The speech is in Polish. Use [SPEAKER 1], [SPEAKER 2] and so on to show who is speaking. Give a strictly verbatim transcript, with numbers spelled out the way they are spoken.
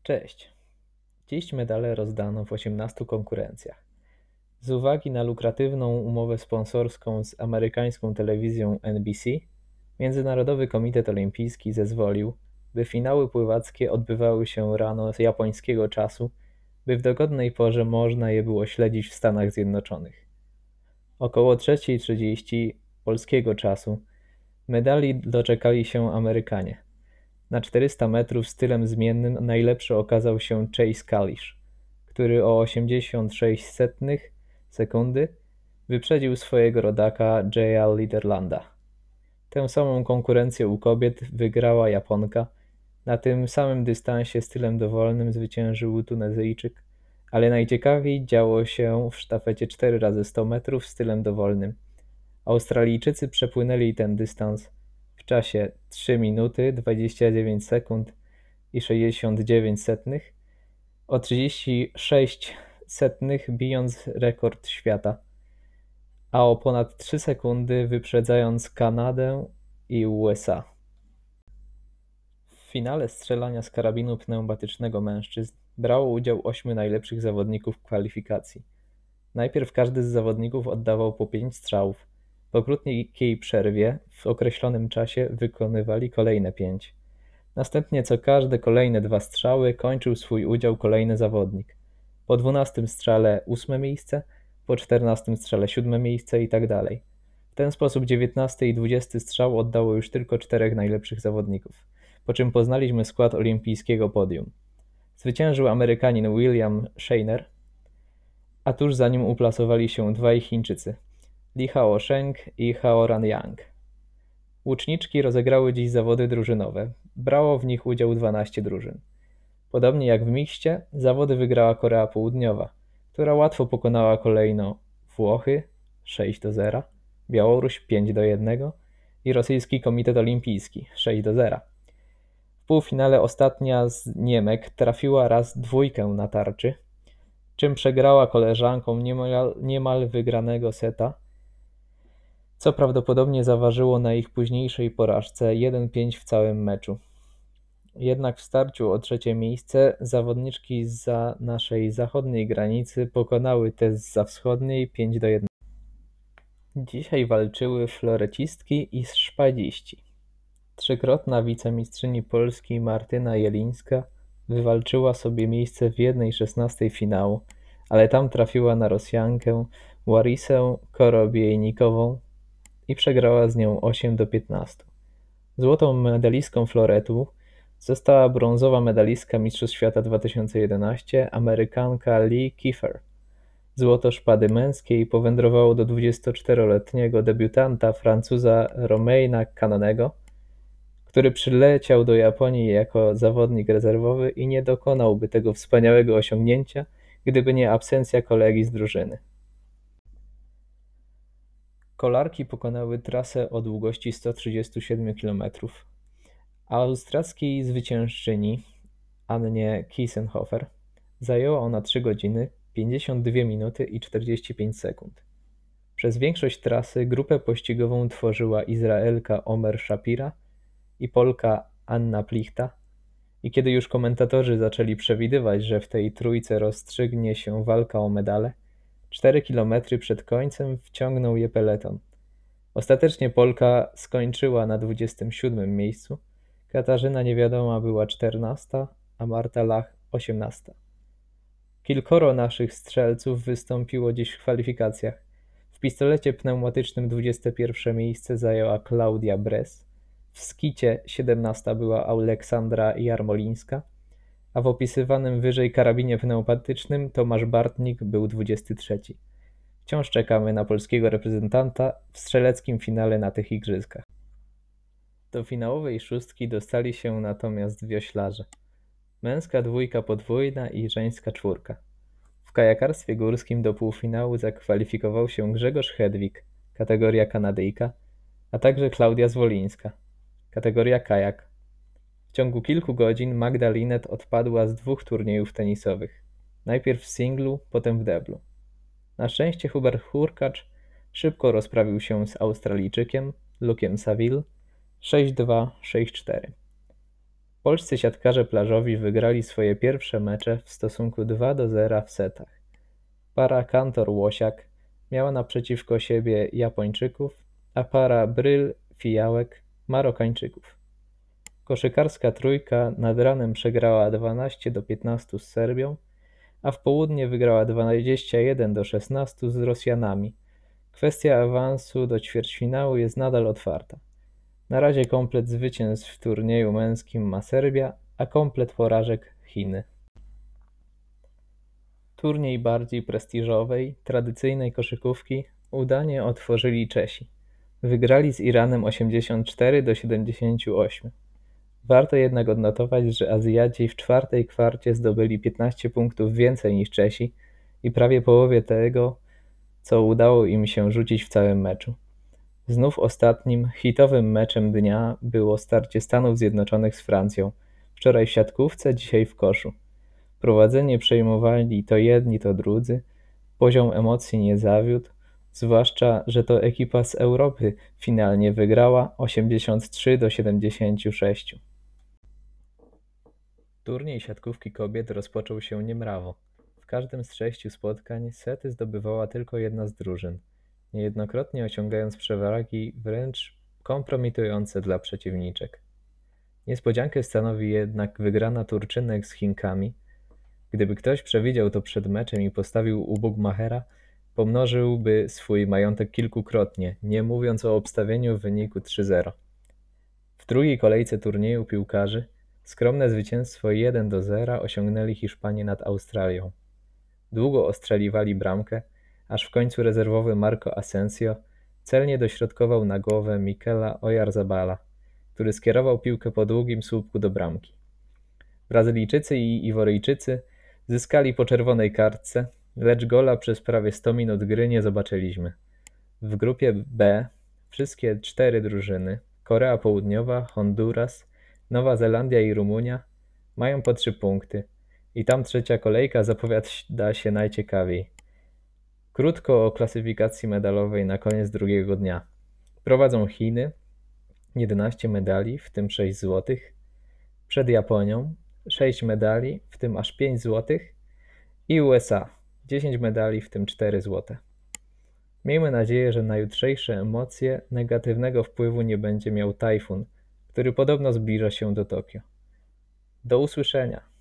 [SPEAKER 1] Cześć. Dziś medale rozdano w osiemnastu konkurencjach. Z uwagi na lukratywną umowę sponsorską z amerykańską telewizją N B C, Międzynarodowy Komitet Olimpijski zezwolił, by finały pływackie odbywały się rano z japońskiego czasu, by w dogodnej porze można je było śledzić w Stanach Zjednoczonych. Około trzeciej trzydzieści polskiego czasu medali doczekali się Amerykanie. Na czterysta metrów stylem zmiennym najlepszy okazał się Chase Kalisz, który o osiemdziesiąt sześć setnych sekundy wyprzedził swojego rodaka Jaya Liderlanda. Tę samą konkurencję u kobiet wygrała Japonka. Na tym samym dystansie stylem dowolnym zwyciężył Tunezyjczyk, ale najciekawiej działo się w sztafecie cztery razy sto metrów stylem dowolnym. Australijczycy przepłynęli ten dystans w czasie trzy minuty dwadzieścia dziewięć sekund i sześćdziesiąt dziewięć setnych, o trzydzieści sześć setnych bijąc rekord świata, a o ponad trzy sekundy wyprzedzając Kanadę i U S A. W finale strzelania z karabinu pneumatycznego mężczyzn brało udział ośmiu najlepszych zawodników kwalifikacji. Najpierw każdy z zawodników oddawał po pięć strzałów. Po krótkiej przerwie w określonym czasie wykonywali kolejne pięć. Następnie co każde kolejne dwa strzały kończył swój udział kolejny zawodnik. Po dwunastym strzale ósme miejsce, po czternastym strzale siódme miejsce i tak dalej. W ten sposób dziewiętnasty i dwudziesty strzał oddało już tylko czterech najlepszych zawodników, po czym poznaliśmy skład olimpijskiego podium. Zwyciężył Amerykanin William Shaner, a tuż za nim uplasowali się dwaj Chińczycy, Li Hao-sheng i Hao Ran-yang. Łuczniczki rozegrały dziś zawody drużynowe. Brało w nich udział dwanaście drużyn. Podobnie jak w miście, zawody wygrała Korea Południowa, która łatwo pokonała kolejno Włochy sześć do zera, Białoruś pięć do jednego i Rosyjski Komitet Olimpijski sześć do zera. W półfinale ostatnia z Niemek trafiła raz dwójkę na tarczy, czym przegrała koleżankom niemal, niemal wygranego seta, co prawdopodobnie zaważyło na ich późniejszej porażce jeden pięć w całym meczu. Jednak w starciu o trzecie miejsce zawodniczki zza naszej zachodniej granicy pokonały te zza wschodniej pięć do jednego. Dzisiaj walczyły florecistki i szpadziści. Trzykrotna wicemistrzyni Polski Martyna Jelińska wywalczyła sobie miejsce w jednej szesnastej finału, ale tam trafiła na Rosjankę Łarisę Korobiejnikową i przegrała z nią osiem do piętnastu. Złotą medalistką floretu została brązowa medalistka Mistrzostw Świata dwa tysiące jedenaście Amerykanka Lee Kiefer. Złoto szpady męskiej powędrowało do dwudziestoczteroletniego debiutanta Francuza Romaina Canonego, który przyleciał do Japonii jako zawodnik rezerwowy i nie dokonałby tego wspaniałego osiągnięcia, gdyby nie absencja kolegi z drużyny. Kolarki pokonały trasę o długości sto trzydzieści siedem kilometrów, a austriackiej zwyciężczyni Annie Kiesenhofer zajęła ona trzy godziny, pięćdziesiąt dwie minuty i czterdzieści pięć sekund. Przez większość trasy grupę pościgową tworzyła Izraelka Omer Shapira i Polka Anna Plichta, i kiedy już komentatorzy zaczęli przewidywać, że w tej trójce rozstrzygnie się walka o medale, cztery kilometry przed końcem wciągnął je peleton. Ostatecznie Polka skończyła na dwudziestym siódmym miejscu, Katarzyna Niewiadoma była czternasta, a Marta Lach osiemnasta. Kilkoro naszych strzelców wystąpiło dziś w kwalifikacjach. W pistolecie pneumatycznym dwudzieste pierwsze miejsce zajęła Klaudia Bress, w skicie siedemnasta była Aleksandra Jarmolińska, a w opisywanym wyżej karabinie pneumatycznym Tomasz Bartnik był dwudziesty trzeci. Wciąż czekamy na polskiego reprezentanta w strzeleckim finale na tych igrzyskach. Do finałowej szóstki dostali się natomiast wioślarze. Męska dwójka podwójna i żeńska czwórka. W kajakarstwie górskim do półfinału zakwalifikował się Grzegorz Hedwig, kategoria Kanadyjka, a także Klaudia Zwolińska, kategoria kajak. W ciągu kilku godzin Magda Linet odpadła z dwóch turniejów tenisowych. Najpierw w singlu, potem w deblu. Na szczęście Hubert Hurkacz szybko rozprawił się z Australijczykiem Luke'em Saville sześć dwa, sześć cztery. Polscy siatkarze plażowi wygrali swoje pierwsze mecze w stosunku dwa do zera w setach. Para Kantor-Łosiak miała naprzeciwko siebie Japończyków, a para Bryl-Fijałek Marokańczyków. Koszykarska trójka nad ranem przegrała dwanaście do piętnastu z Serbią, a w południe wygrała dwadzieścia jeden do szesnastu z Rosjanami. Kwestia awansu do ćwierćfinału jest nadal otwarta. Na razie komplet zwycięstw w turnieju męskim ma Serbia, a komplet porażek Chiny. Turniej bardziej prestiżowej, tradycyjnej koszykówki udanie otworzyli Czesi. Wygrali z Iranem osiemdziesiąt cztery do siedemdziesięciu ośmiu. Warto jednak odnotować, że Azjaci w czwartej kwarcie zdobyli piętnaście punktów więcej niż Czesi i prawie połowie tego, co udało im się rzucić w całym meczu. Znów ostatnim, hitowym meczem dnia było starcie Stanów Zjednoczonych z Francją. Wczoraj w siatkówce, dzisiaj w koszu. Prowadzenie przejmowali to jedni, to drudzy. Poziom emocji nie zawiódł, zwłaszcza, że to ekipa z Europy finalnie wygrała osiemdziesiąt trzy do siedemdziesięciu sześciu. Turniej siatkówki kobiet rozpoczął się niemrawo. W każdym z sześciu spotkań sety zdobywała tylko jedna z drużyn, niejednokrotnie osiągając przewagi wręcz kompromitujące dla przeciwniczek. Niespodziankę stanowi jednak wygrana Turczynek z Chinkami. Gdyby ktoś przewidział to przed meczem i postawił u Bugmachera, pomnożyłby swój majątek kilkukrotnie, nie mówiąc o obstawieniu w wyniku trzy zero. W drugiej kolejce turnieju piłkarzy skromne zwycięstwo jeden do zera osiągnęli Hiszpanie nad Australią. Długo ostrzeliwali bramkę, aż w końcu rezerwowy Marco Asensio celnie dośrodkował na głowę Mikela Oyarzabala, który skierował piłkę po długim słupku do bramki. Brazylijczycy i Iworyjczycy zyskali po czerwonej kartce, lecz gola przez prawie sto minut gry nie zobaczyliśmy. W grupie B wszystkie cztery drużyny, Korea Południowa, Honduras, Nowa Zelandia i Rumunia, mają po trzy punkty i tam trzecia kolejka zapowiada się najciekawiej. Krótko o klasyfikacji medalowej na koniec drugiego dnia. Prowadzą Chiny, jedenaście medali, w tym sześć złotych, przed Japonią, sześć medali, w tym aż pięć złotych, i U S A, dziesięć medali, w tym cztery złote. Miejmy nadzieję, że na jutrzejsze emocje negatywnego wpływu nie będzie miał tajfun, który podobno zbliża się do Tokio. Do usłyszenia.